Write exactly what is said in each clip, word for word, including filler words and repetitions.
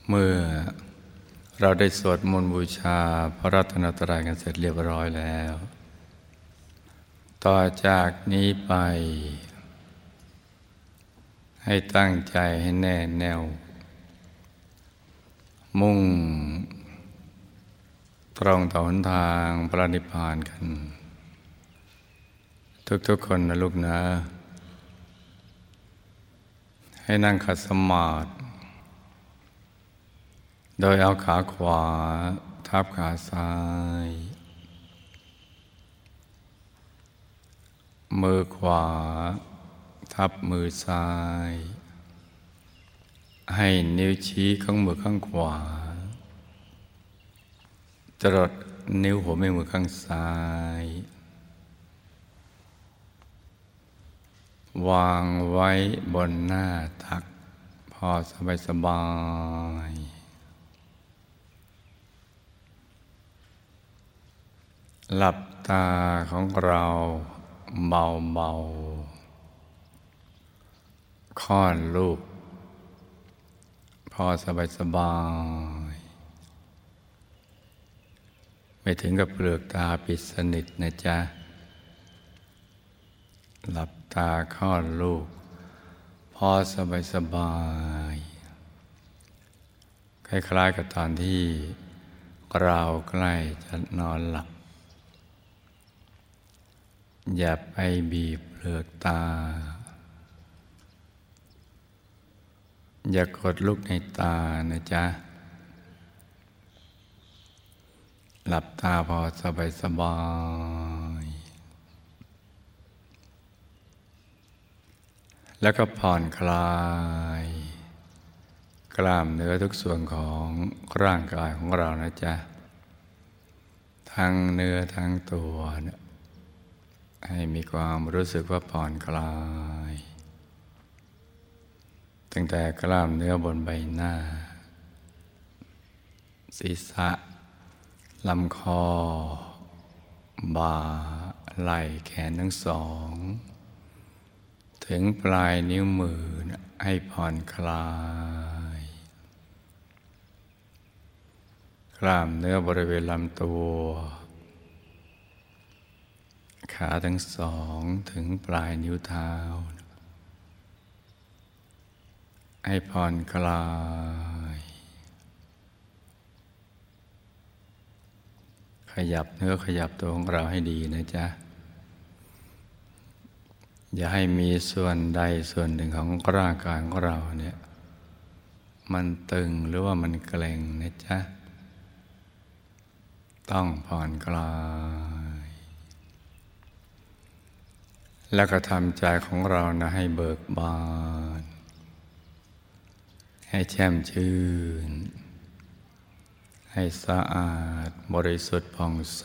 เมื่อเราได้สวดมนต์บูชาพระรัตนตรัยกันเสร็จเรียบร้อยแล้ว ต่อจากนี้ไปให้ตั้งใจให้แน่แน่วมุ่งตรงต่อหนทางพระนิพพานกันทุกๆคนนะลูกนะให้นั่งขัดสมาธิโดยเอาขาขวาทับขาซ้ายมือขวาทับมือซ้ายให้นิ้วชี้ของมือข้างขวาจรดนิ้วหัวแม่มือข้างซ้ายวางไว้บนหน้าตักพอสบายสบายหลับตาของเราเบาๆค่อนลูกพอสบายสบายไม่ถึงกับเปลือกตาปิดสนิทนะจ๊ะหลับตาค่อนลูกพอสบายสบายคล้ายๆกับตอนที่เราใกล้จะนอนหลับอย่าไปบีบเปลือกตาอย่ากดลูกในตานะจ๊ะหลับตาพอสบายสบายแล้วก็ผ่อนคลายกล้ามเนื้อทุกส่วนของร่างกายของเรานะจ๊ะทั้งเนื้อทั้งตัวเนี่ยให้มีความรู้สึกว่าผ่อนคลายตั้งแต่กล้ามเนื้อบนใบหน้าศีรษะลำคอบ่าไหล่แขนทั้งสองถึงปลายนิ้วมือนะให้ผ่อนคลายกล้ามเนื้อบริเวณลำตัวขาทั้งสองถึงปลายนิ้วเท้าให้ผ่อนคลายขยับเนื้อขยับตัวของเราให้ดีนะจ๊ะอย่าให้มีส่วนใดส่วนหนึ่งของร่างกายของเราเนี่ยมันตึงหรือว่ามันเกร็งนะจ๊ะต้องผ่อนคลายแล้วก็ทำใจของเรานะให้เบิกบานให้แช่มชื่นให้สะอาดบริสุทธิ์ผ่องใส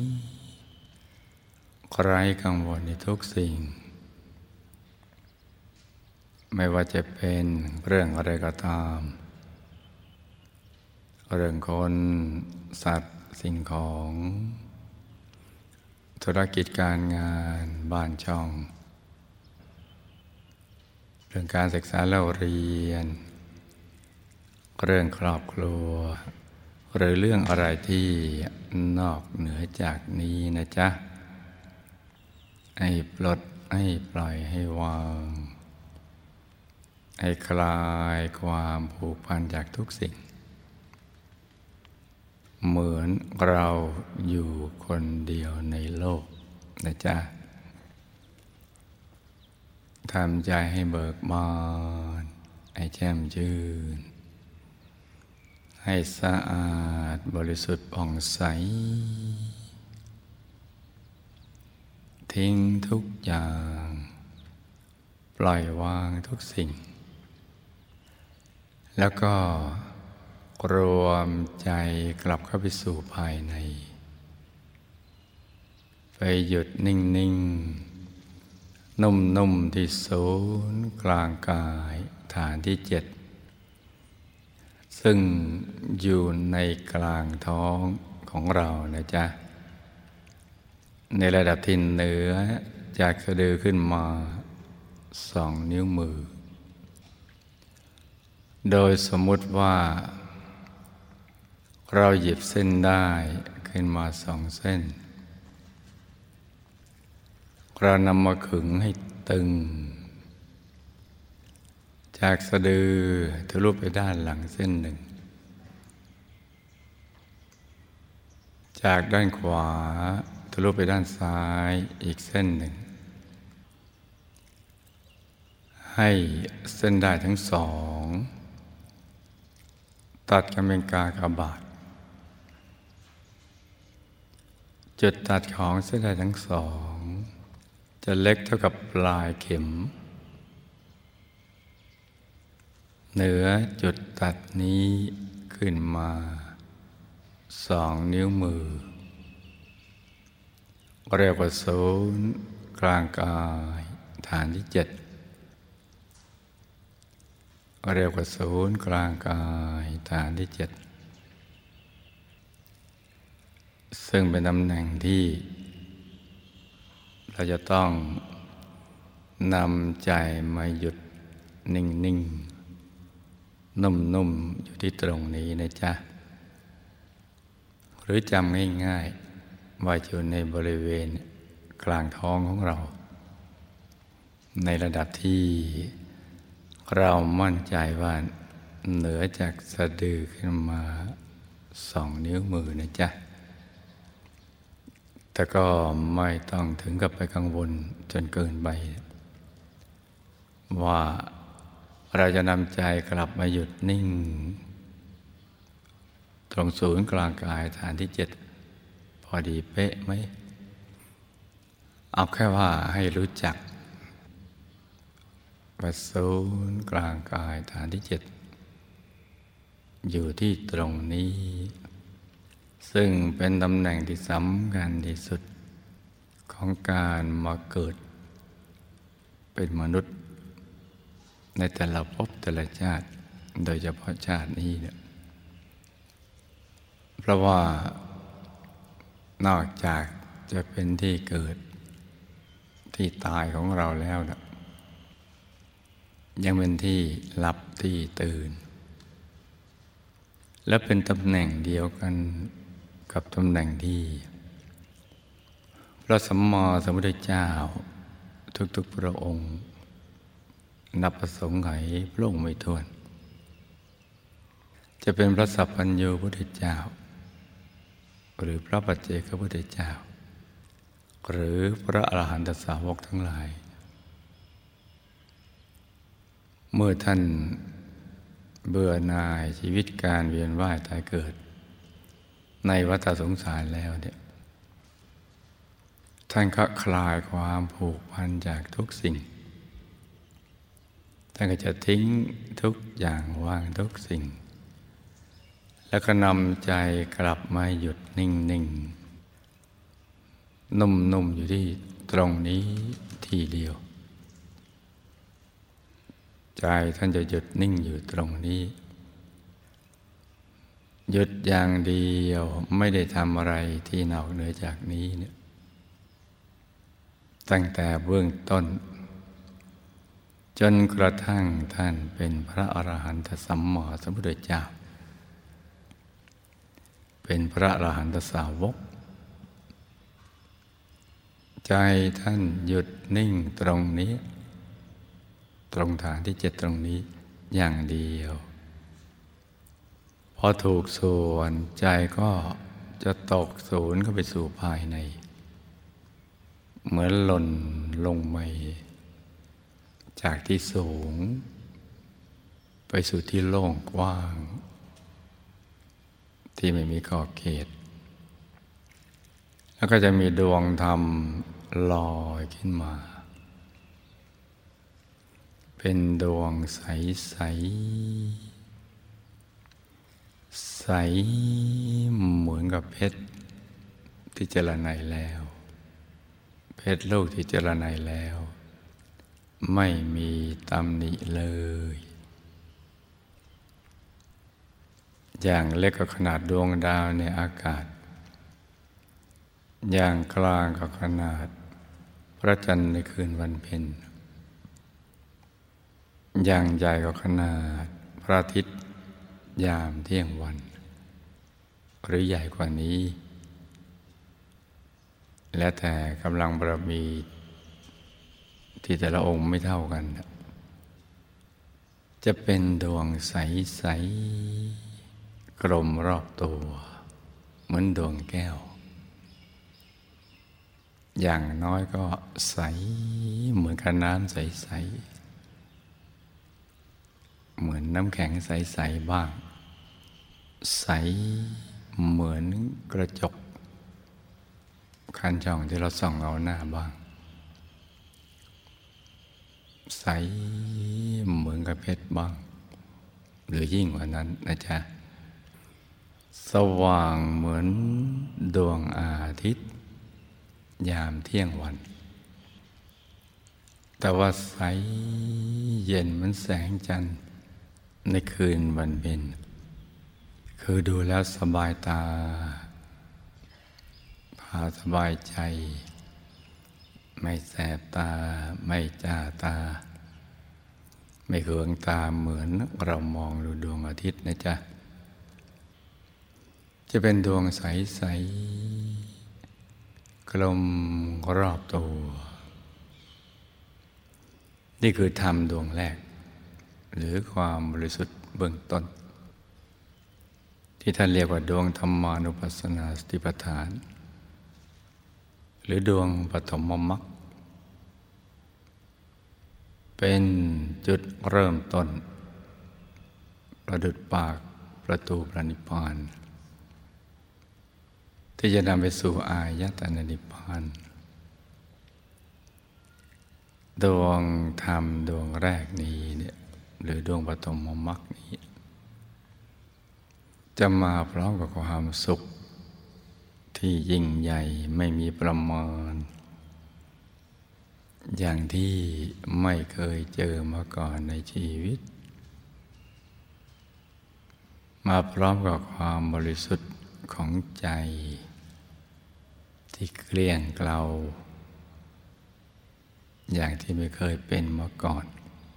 ไร้กังวลในทุกสิ่งไม่ว่าจะเป็นเรื่องอะไรก็ตามเรื่องคนสัตว์สิ่งของธุรกิจการงานบ้านช่องเรื่องการศึกษาเล่าเรียนเรื่องครอบครัวหรือเรื่องอะไรที่นอกเหนือจากนี้นะจ๊ะให้ปลดให้ปล่อยให้วางให้คลายความผูกพันจากทุกสิ่งเหมือนเราอยู่คนเดียวในโลกนะจ๊ะทำใจให้เบิกบานให้แจ่มชื่นให้สะอาดบริสุทธิ์ผ่องใสทิ้งทุกอย่างปล่อยวางทุกสิ่งแล้วก็รวมใจกลับเข้าไปสู่ภายในไปหยุดนิ่งๆนุ่มๆที่ศูนย์กลางกายฐานที่เจ็ดซึ่งอยู่ในกลางท้องของเรานะจ๊ะในระดับที่เหนือจากสะดือขึ้นมาสองนิ้วมือโดยสมมุติว่าเราหยิบเส้นได้ขึ้นมาสองเส้นเรานำมาขึงให้ตึงจากสะดือทะลุไปด้านหลังเส้นหนึ่งจากด้านขวาทะลุไปด้านซ้ายอีกเส้นหนึ่งให้เส้นได้ทั้งสองตัดกันเป็นกากบาทจุดตัดของเส้นได้ทั้งสองจะเล็กเท่ากับปลายเข็มเหนือจุดตัดนี้ขึ้นมาสองนิ้วมือเรียกว่าศูนย์กลางกายฐานที่เจ็ดเรียกว่าศูนย์กลางกายฐานที่เจ็ดซึ่งเป็นตำแหน่งที่เราจะต้องนำใจมาหยุดนิ่งๆนุ่มๆอยู่ที่ตรงนี้นะจ๊ะหรือจำง่ายๆว่าอยู่ในบริเวณกลางท้องของเราในระดับที่เรามั่นใจว่าเหนือจากสะดือขึ้นมาสองนิ้วมือนะจ๊ะแต่ก็ไม่ต้องถึงกับไปกังวลจนเกินไปว่าเราจะนำใจกลับมาหยุดนิ่งตรงศูนย์กลางกายฐานที่เจ็ดพอดีเป๊ะไหมเอาแค่ว่าให้รู้จักว่าศูนย์กลางกายฐานที่เจ็ดอยู่ที่ตรงนี้ซึ่งเป็นตำแหน่งที่สำคัญที่สุดของการมาเกิดเป็นมนุษย์ในแต่ละภพแต่ละชาติโดยเฉพาะชาตินี้เนี่ยเพราะว่านอกจากจะเป็นที่เกิดที่ตายของเราแล้วนะยังเป็นที่หลับที่ตื่นและเป็นตำแหน่งเดียวกันกับตำแหน่งที่พระสัมมาสัมพุทธเจ้าทุกๆพระองค์นับประสงค์ไขพระองค์ไม่ถ้วนจะเป็นพระสัพพัญญูพุทธเจ้าหรือพระปัจเจกพุทธเจ้าหรือพระอรหันตสาวกทั้งหลายเมื่อท่านเบื่อหน่ายชีวิตการเวียนว่ายตายเกิดในวัฏสงสารแล้วเนี่ยท่านก็คลายความผูกพันจากทุกสิ่งท่านก็จะทิ้งทุกอย่างวางทุกสิ่งแล้วก็นำใจกลับมาหยุดนิ่งๆนุ่มๆอยู่ที่ตรงนี้ทีเดียวใจท่านจะหยุดนิ่งอยู่ตรงนี้หยุดอย่างเดียวไม่ได้ทำอะไรที่นอกเหนือจากนี้เนี่ยตั้งแต่เบื้องต้นจนกระทั่งท่านเป็นพระอรหันตสัมมาสัมพุทธเจ้าเป็นพระอรหันตสาวกใจท่านหยุดนิ่งตรงนี้ตรงฐานที่เจ็ดตรงนี้อย่างเดียวพอถูกส่วนใจก็จะตกศูนย์เข้าไปสู่ภายในเหมือนหล่นลงไปจากที่สูงไปสู่ที่โล่งกว้างที่ไม่มีขอบเขตแล้วก็จะมีดวงธรรมลอยขึ้นมาเป็นดวงใสใสใสเหมือนกับเพชรที่เจรไนแล้วเพชรลูกที่เจรไนแล้วไม่มีตำหนิเลยอย่างเล็กก็ขนาดดวงดาวในอากาศอย่างกลางก็ขนาดพระจันทร์ในคืนวันเพ็ญอย่างใหญ่ก็ขนาดพระอาทิตย์ยามเที่ยงวันหรือใหญ่กว่านี้ และแต่กำลังบารมีที่แต่ละองค์ไม่เท่ากัน จะเป็นดวงใสๆกลมรอบตัวเหมือนดวงแก้วอย่างน้อยก็ใสเหมือนกับน้ำใสๆเหมือนน้ำแข็งใสๆบ้างใสเหมือนกระจกคันช่องที่เราส่องเอาหน้าบ้างใสเหมือนกับเพชรบ้างหรือยิ่งกว่านั้นนะจ๊ะสว่างเหมือนดวงอาทิตย์ยามเที่ยงวันแต่ว่าใสเย็นเหมือนแสงจันทร์ในคืนวันเพ็ญคือดูแล้วสบายตาพาสบายใจไม่แสบตาไม่จ้าตาไม่เคืองตาเหมือนเรามองดูดวงอาทิตย์นะจ๊ะจะเป็นดวงใสๆกลมรอบตัวนี่คือธรรมดวงแรกหรือความบริสุทธิ์เบื้องต้นที่ท่านเรียกว่าดวงธรรมานุปัสสนาสติปัฏฐานหรือดวงปฐมมรรคเป็นจุดเริ่มต้นประดุจปากประตูพระนิพพานที่จะนำไปสู่อายตนะนิพพานดวงธรรมดวงแรกนี้เนี่ยหรือดวงปฐมมรรคนี้จะมาพร้อมกับความสุขที่ยิ่งใหญ่ไม่มีประมาณอย่างที่ไม่เคยเจอมาก่อนในชีวิตมาพร้อมกับความบริสุทธิ์ของใจที่เกลี้ยงเกลาอย่างที่ไม่เคยเป็นมาก่อน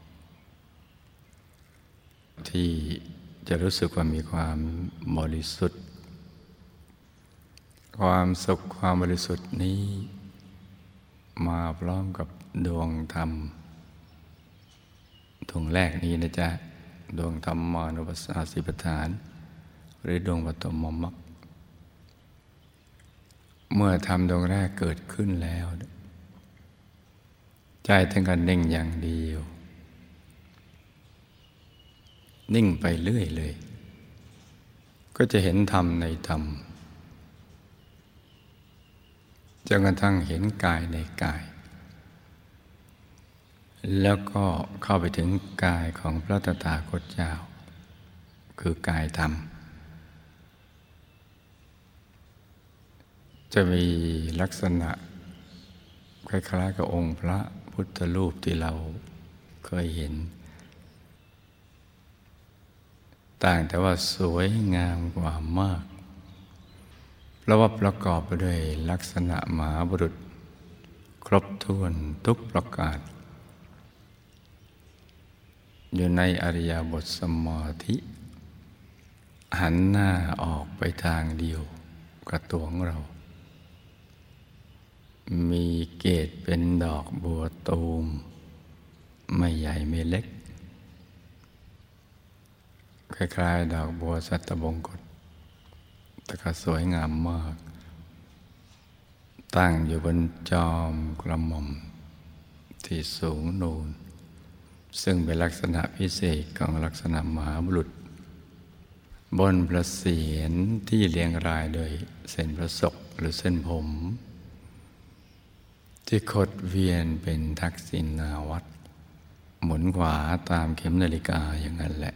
ที่จะรู้สึกว่ามีความบริสุทธิ์ความสุขความบริสุทธิ์นี้มาพร้อมกับดวงธรรมดวงแรกนี้นะจ๊ะดวงธรรมานุปัสสนาสติปัฏฐานหรือดวงปฐมมรรคเมื่อธรรมดวงแรกเกิดขึ้นแล้วใจถึงกันนิ่งอย่างเดียวนิ่งไปเรื่อยเลยก็จะเห็นธรรมในธรรมจนกระทั่งเห็นกายในกายแล้วก็เข้าไปถึงกายของพระตถาคตเจ้าคือกายธรรมจะมีลักษณะคล้ายๆกับองค์พระพุทธรูปที่เราเคยเห็นต่างแต่ว่าสวยงามกว่ามากเพราะว่าประกอบไปด้วยลักษณะมหาบุรุษครบถ้วนทุกประการอยู่ในอริยบทสมาธิหันหน้าออกไปทางเดียวกับตัวของเรามีเกศเป็นดอกบัวตูมไม่ใหญ่ไม่เล็กคล้ายๆดอกบัวสัตบงกฎแต่ก็สวยงามมากตั้งอยู่บนจอมกระหม่อมที่สูงนูนซึ่งเป็นลักษณะพิเศษของลักษณะมหาบุรุษบนพระเศียรที่เรียงรายโดยเส้นพระศกหรือเส้นผมที่ขดเวียนเป็นทักษิณาวัตรหมุนขวาตามเข็มนาฬิกาอย่างนั้นแหละ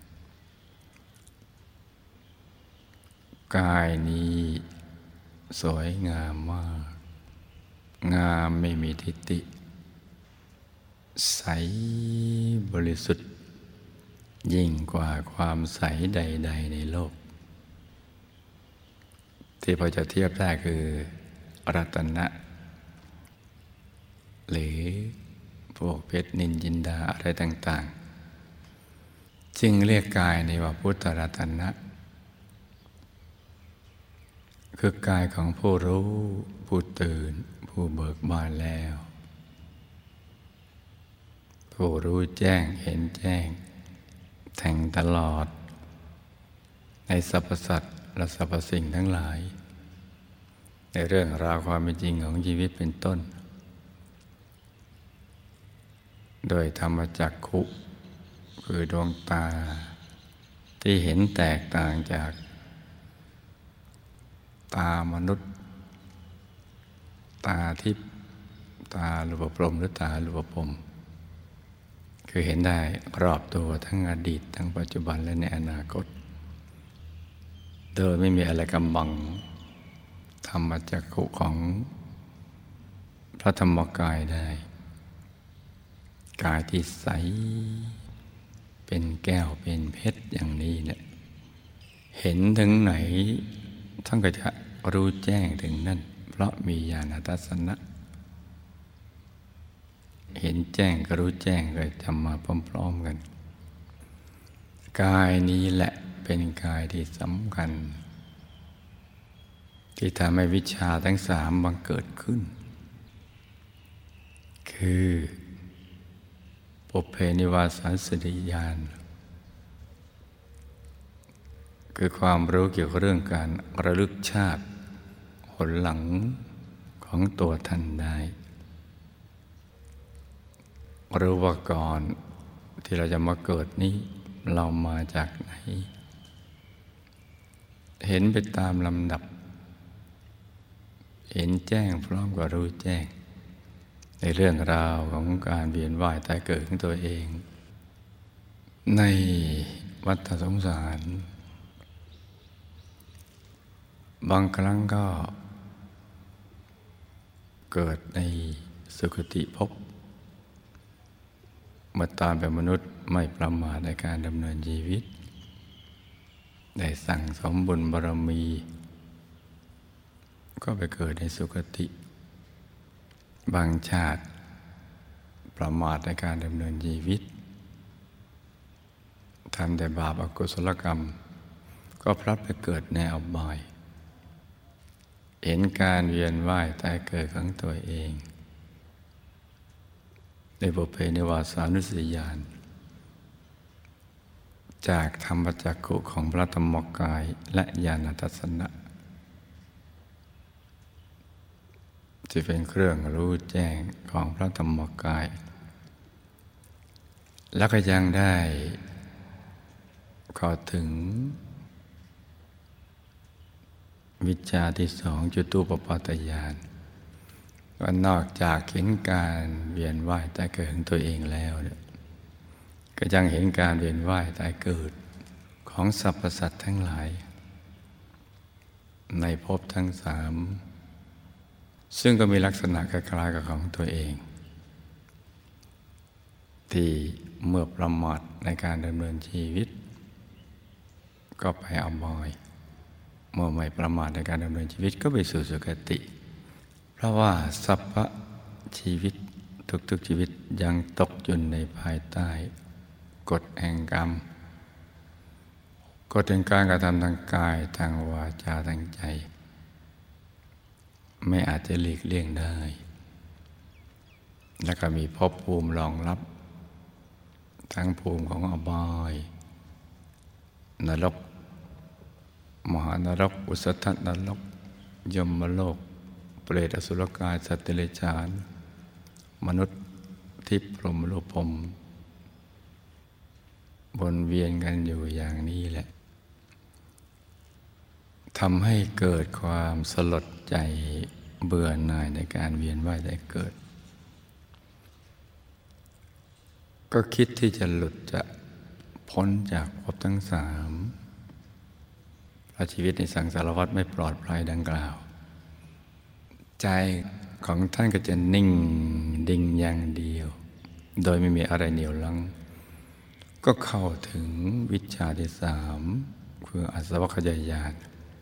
กายนี้สวยงามมากงามไม่มีทิฏฐิใสบริสุทธิ์ยิ่งกว่าความใสใดๆในโลกที่พอจะเทียบได้คือรัตนะหรือพวกเพชรนินจินดาอะไรต่างๆจึงเรียกกายในว่าพุทธรัตนะคือกายของผู้รู้ผู้ตื่นผู้เบิกบานแล้วผู้รู้แจ้งเห็นแจ้งแทงตลอดในสรรพสัตว์และสรรพสิ่งทั้งหลายในเรื่องราวความเป็นจริงของชีวิตเป็นต้นโดยธรรมจักขุคือดวงตาที่เห็นแตกต่างจากตามนุษย์ตาทิพย์ตารูปพรหมหรือตารูปพรหมคือเห็นได้รอบตัวทั้งอดีตทั้งปัจจุบันและในอนาคตโดยไม่มีอะไรกำบังธรรมจักขุของพระธรรมกายได้กายที่ใสเป็นแก้วเป็นเพชรอย่างนี้เนี่ยเห็นถึงไหนท่านก็จะรู้แจ้งถึงนั่นเพราะมีญาณทัศนะเห็นแจ้งก็รู้แจ้งก็ทำมาพร้อมๆกันกายนี้แหละเป็นกายที่สำคัญที่ทำให้วิชาทั้งสามบังเกิดขึ้นคือปุพเพนิวาสาสติญาณคือความรู้เกี่ยวกับเรื่องการระลึกชาติหนหลังของตัวท่านได้รู้ว่าก่อนที่เราจะมาเกิดนี้เรามาจากไหนเห็นไปตามลำดับเห็นแจ้งพร้อมกับรู้แจ้งในเรื่องราวของการเวียนว่ายตายเกิดของตัวเองในวัฏสงสารบางครั้งก็เกิดในสุคติภพเมื่อตามเป็นมนุษย์ไม่ประมาทในการดำเนินชีวิตได้สั่งสมบุญบารมีก็ไปเกิดในสุคติบางชาติประมาทในการดำเนินชีวิตทำแต่บาปอกุศลกรรมก็พลัดไปเกิดในอบายเห็นการเวียนว่ายตายเกิดของตัวเองในปุพเพนิวาสานุสติญาณจากธรรมจักขุของพระธรรมกายและญาณทัศนะจะเป็นเครื่องรู้แจ้งของพระธรรมกายแล้วก็ยังได้เข้าถึงวิชาที่สองจตุปปาตญาณว่านอกจากเห็นการเวียนว่ายตายเกิดของตัวเองแล้วเนี่ยก็ยังเห็นการเวียนว่ายตายเกิดของสรรพสัตว์ทั้งหลายในภพทั้งสามซึ่งก็มีลักษณะคล้ายๆกับของตัวเองที่เมื่อประมาทในการดำเนินชีวิตก็ไปอบายเมื่อไม่ประมาทในการดำเนินชีวิตก็ไปสู่สุคติเพราะว่าสรรพชีวิตทุกๆชีวิตยังตกอยู่ในภายใต้กฎแห่งกรรมกฎแห่งการกระทำทางกายทางวาจาทางใจไม่อาจจะหลีกเลี่ยงได้แล้วก็มีภพภูมิรองรับทั้งภูมิของอบายนรกมหานรกอุสธนรกยมโลกเปรตอสุรกายสัตว์เดรัจฉานมนุษย์ทิพย์พรหมโลกพรหมวนเวียนกันอยู่อย่างนี้แหละทำให้เกิดความสลดใจเบื่อหน่ายในการเวียนว่ายตายเกิดก็คิดที่จะหลุดจะพ้นจากภพทั้งสามเพราะชีวิตในสังสารวัฏไม่ปลอดภัยดังกล่าวใจของท่านก็จะนิ่งดิ่งอย่างเดียวโดยไม่มีอะไรเหนี่ยวรั้งก็เข้าถึงวิชาที่สามคืออาสวัคยญาณ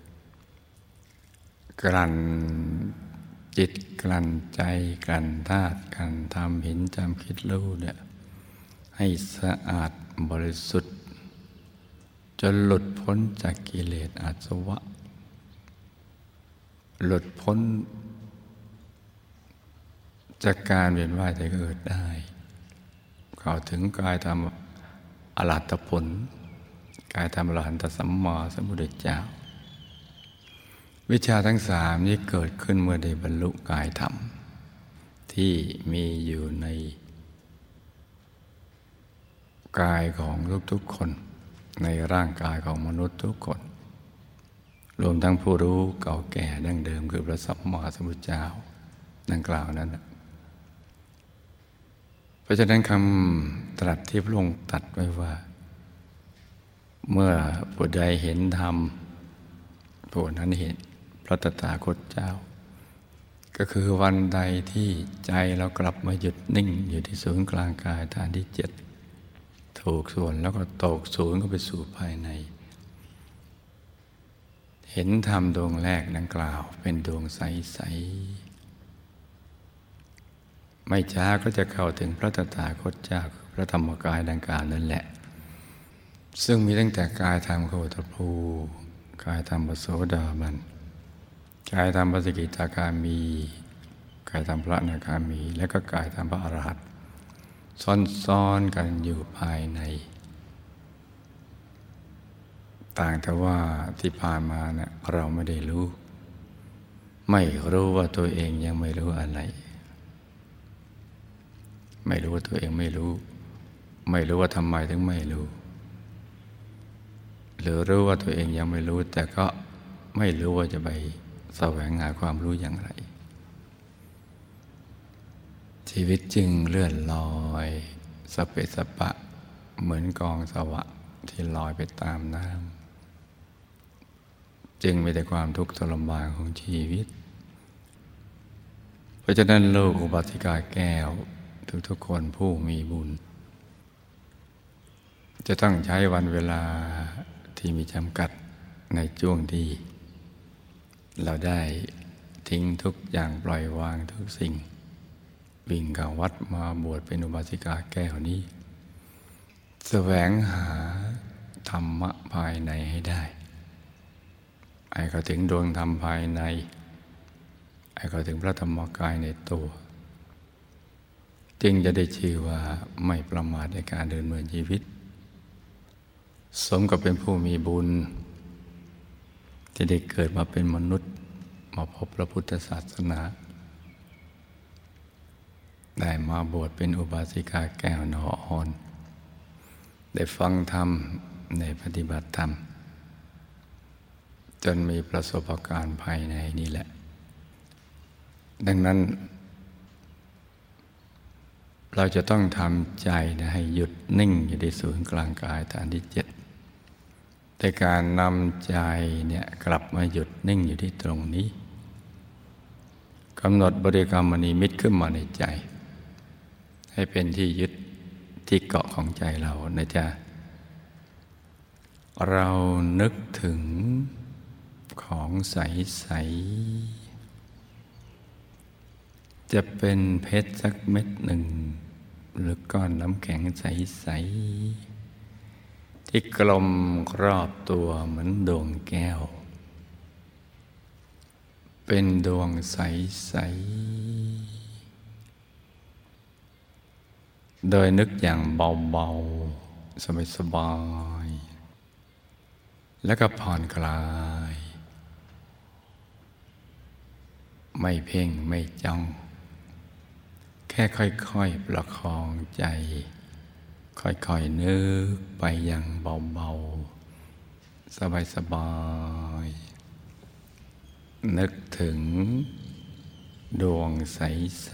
กลั่นจิตกลั่นใจกลั่นธาตุกลั่นธรรมเห็นจำคิดรู้เนี่ยให้สะอาดบริสุทธิ์จนหลุดพ้นจากกิเลสอาสวะหลุดพ้นจากการเวียนว่ายตายเกิดได้เข้าถึงกายธรรมอรหัตผลกายธรรมอรหันตสัมมาสัมพุทธเจ้าวิชาทั้งสามนี้เกิดขึ้นเมื่อได้บรรลุกายธรรมที่มีอยู่ในกายของทุกๆคนในร่างกายของมนุษย์ทุกคนรวมทั้งผู้รู้เก่าแก่ดั้งเดิมคือพระสัมมาสัมพุทธเจ้าดังกล่าวนั้นเพราะฉะนั้นคำตรัสที่พระองค์ตรัสไว้ว่าเมื่อผู้ใดเห็นธรรมผู้นั้นเห็นพระตถาคตเจ้าก็คือวันใดที่ใจเรากลับมาหยุดนิ่งอยู่ที่ศูนย์กลางกายฐานที่เจ็ดถูกส่วนแล้วก็ตกศูนย์ก็ไปสู่ภายในเห็นธรรมดวงแรกดังกล่าวเป็นดวงใสๆไม่ช้าก็จะเข้าถึงพระตถาคตเจ้าพระธรรมกายดังกล่าวนั่นแหละซึ่งมีตั้งแต่กายธรรมโคตภูกายธรรมโสดาบันกายธรรมพระสกิทาคามีกายธรรมพระอนาคามีและก็กายธรรมพระอรหันต์ซ้อนๆกันอยู่ภายในต่างแต่ว่าที่ผ่านมาเนี่ยเราไม่ได้รู้ไม่รู้ว่าตัวเองยังไม่รู้อะไรไม่รู้ว่าตัวเองไม่รู้ไม่รู้ว่าทำไมถึงไม่รู้หรือรู้ว่าตัวเองยังไม่รู้แต่ก็ไม่รู้ว่าจะไปแสวงหาความรู้อย่างไรชีวิตจึงเลื่อนลอยสเปสปะเหมือนกองสวะที่ลอยไปตามน้ำจึงมีแต่ความทุกข์ทรมานของชีวิตเพราะฉะนั้นลูกอุบาสิกาแก้วทุกๆคนผู้มีบุญจะต้องใช้วันเวลาที่มีจำกัดในช่วงที่เราได้ทิ้งทุกอย่างปล่อยวางทุกสิ่งวิ่งเข้าวัดมาบวชเป็นอุบาสิกาแก้วนี้แสวงหาธรรมะภายในให้ได้ไอ้เข้าถึงดวงธรรมภายในไอ้เข้าถึงพระธรรมกายในตัวจึงจะได้ชื่อว่าไม่ประมาทในการเดินเมืองชีวิตสมกับเป็นผู้มีบุญที่ได้เกิดมาเป็นมนุษย์มาพบพระพุทธศาสนาได้มาบวชเป็นอุบาสิกาแก้วนออ่อนได้ฟังธรรมได้ปฏิบัติธรรมจนมีประสบการณ์ภายในนี่แหละดังนั้นเราจะต้องทำใจให้หยุดนิ่งอยู่ในศูนย์กลางกายฐานที่เจ็ดในการนำใจเนี่ยกลับมาหยุดนิ่งอยู่ที่ตรงนี้กำหนดบริกรรมนิมิตขึ้นมาในใจให้เป็นที่ยึดที่เกาะของใจเรานะจ๊ะเรานึกถึงของใสๆจะเป็นเพชรสักเม็ดหนึ่งหรือก้อนน้ำแข็งใสๆที่กลมรอบตัวเหมือนดวงแก้วเป็นดวงใสๆโดยนึกอย่างเบาๆสบายๆแล้วก็ผ่อนคลายไม่เพ่งไม่จ้องแค่ค่อยๆประคองใจค่อยๆนึกไปอย่างเบาๆสบายๆนึกถึงดวงใส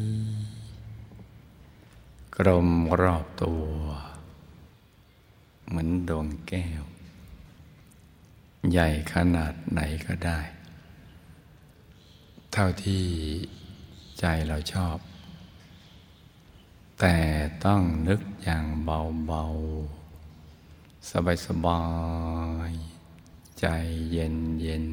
ๆกลมรอบตัวเหมือนดวงแก้วใหญ่ขนาดไหนก็ได้เท่าที่ใจเราชอบแต่ต้องนึกอย่างเบาๆสบายๆใจเย็น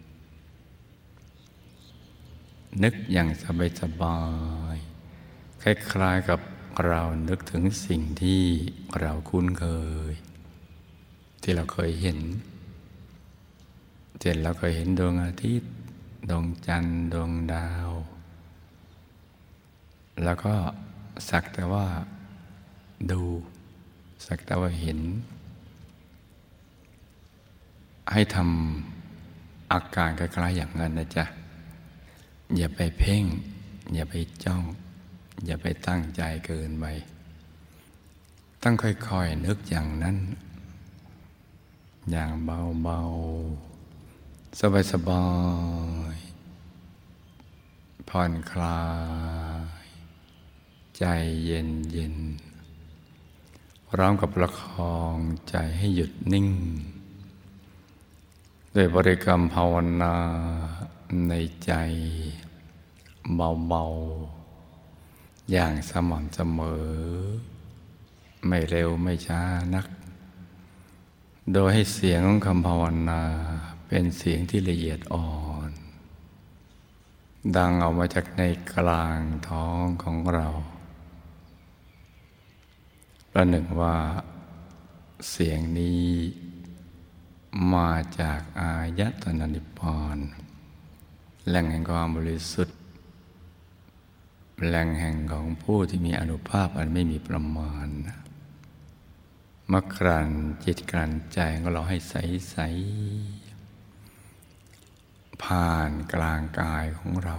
ๆนึกอย่างสบายๆคล้ายๆกับเรานึกถึงสิ่งที่เราคุ้นเคยที่เราเคยเห็นเช่นเราเคยเห็นดวงอาทิตย์ดวงจันทร์ดวงดาว แล้วก็สักแต่ว่าดูสักแต่ว่าเห็นให้ทำอาการคล้ายๆอย่างนั้นนะจ๊ะอย่าไปเพ่งอย่าไปจ้องอย่าไปตั้งใจเกินไปต้องค่อยๆนึกอย่างนั้นอย่างเบาๆสบายๆผ่อนคลายใจเย็นๆพร้อมกับประคองใจให้หยุดนิ่งด้วยบริกรรมภาวนาในใจเบาๆอย่างสม่ำเสมอไม่เร็วไม่ช้านักโดยให้เสียงของคำภาวนาเป็นเสียงที่ละเอียดอ่อนดังออกมาจากในกลางท้องของเราประหนึ่งว่าเสียงนี้มาจากอายตนะนิพพานแหล่งแห่งความบริสุทธิ์แหล่งแห่งของผู้ที่มีอานุภาพอันไม่มีประมาณมากลั่นจิตกลั่นใจของเราให้ใสๆผ่านกลางกายของเรา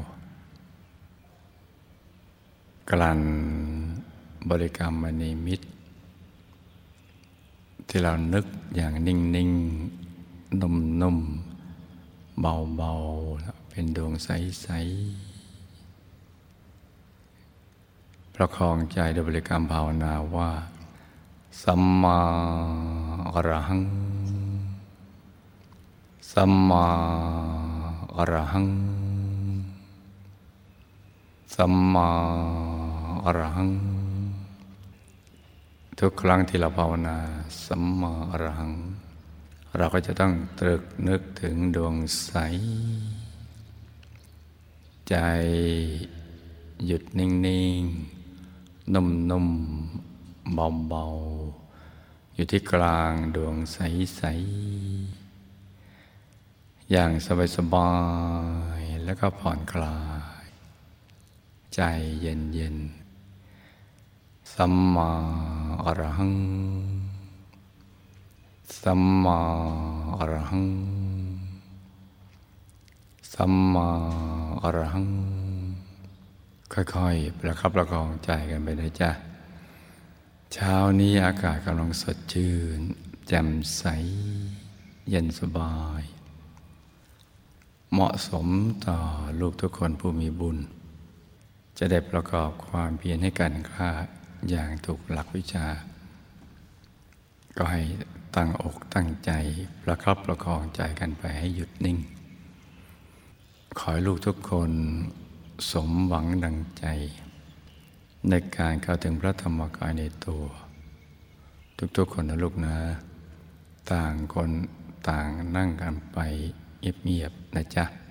กลั่นบริกรรมนิมิตที่เรานึกอย่างนิ่งๆนุ่มๆเบาๆเป็นดวงใสๆประคองใจด้วยบริกรรมภาวนาว่าสัมมาอรหังสัมมาอรหังสัมมาอรหังทุกครั้งที่เราภาวนาสัมมาอรหังเราก็จะต้องตรึกนึกถึงดวงใสใจหยุดนิ่งๆนุ่มๆเบาๆอยู่ที่กลางดวงใสๆอย่างสบายๆแล้วก็ผ่อนคลายใจเย็นๆสัมมาอรหังสัมมาอรหังสัมมาอรหังค่อยๆประคับประคองใจกันไปนะจ๊ะเช้านี้อากาศกำลังสดชื่นแจ่มใสเย็นสบายเหมาะสมต่อลูกทุกคนผู้มีบุญจะได้ประกอบความเพียรให้กันค่าอย่างถูกหลักวิชาก็ให้ตั้งอกตั้งใจประคับประคองใจกันไปให้หยุดนิ่งขอให้ลูกทุกคนสมหวังดังใจในการเข้าถึงพระธรรมกายในตัวทุกๆคนนะลูกนะต่างคนต่างนั่งกันไปเงียบๆนะจ๊ะ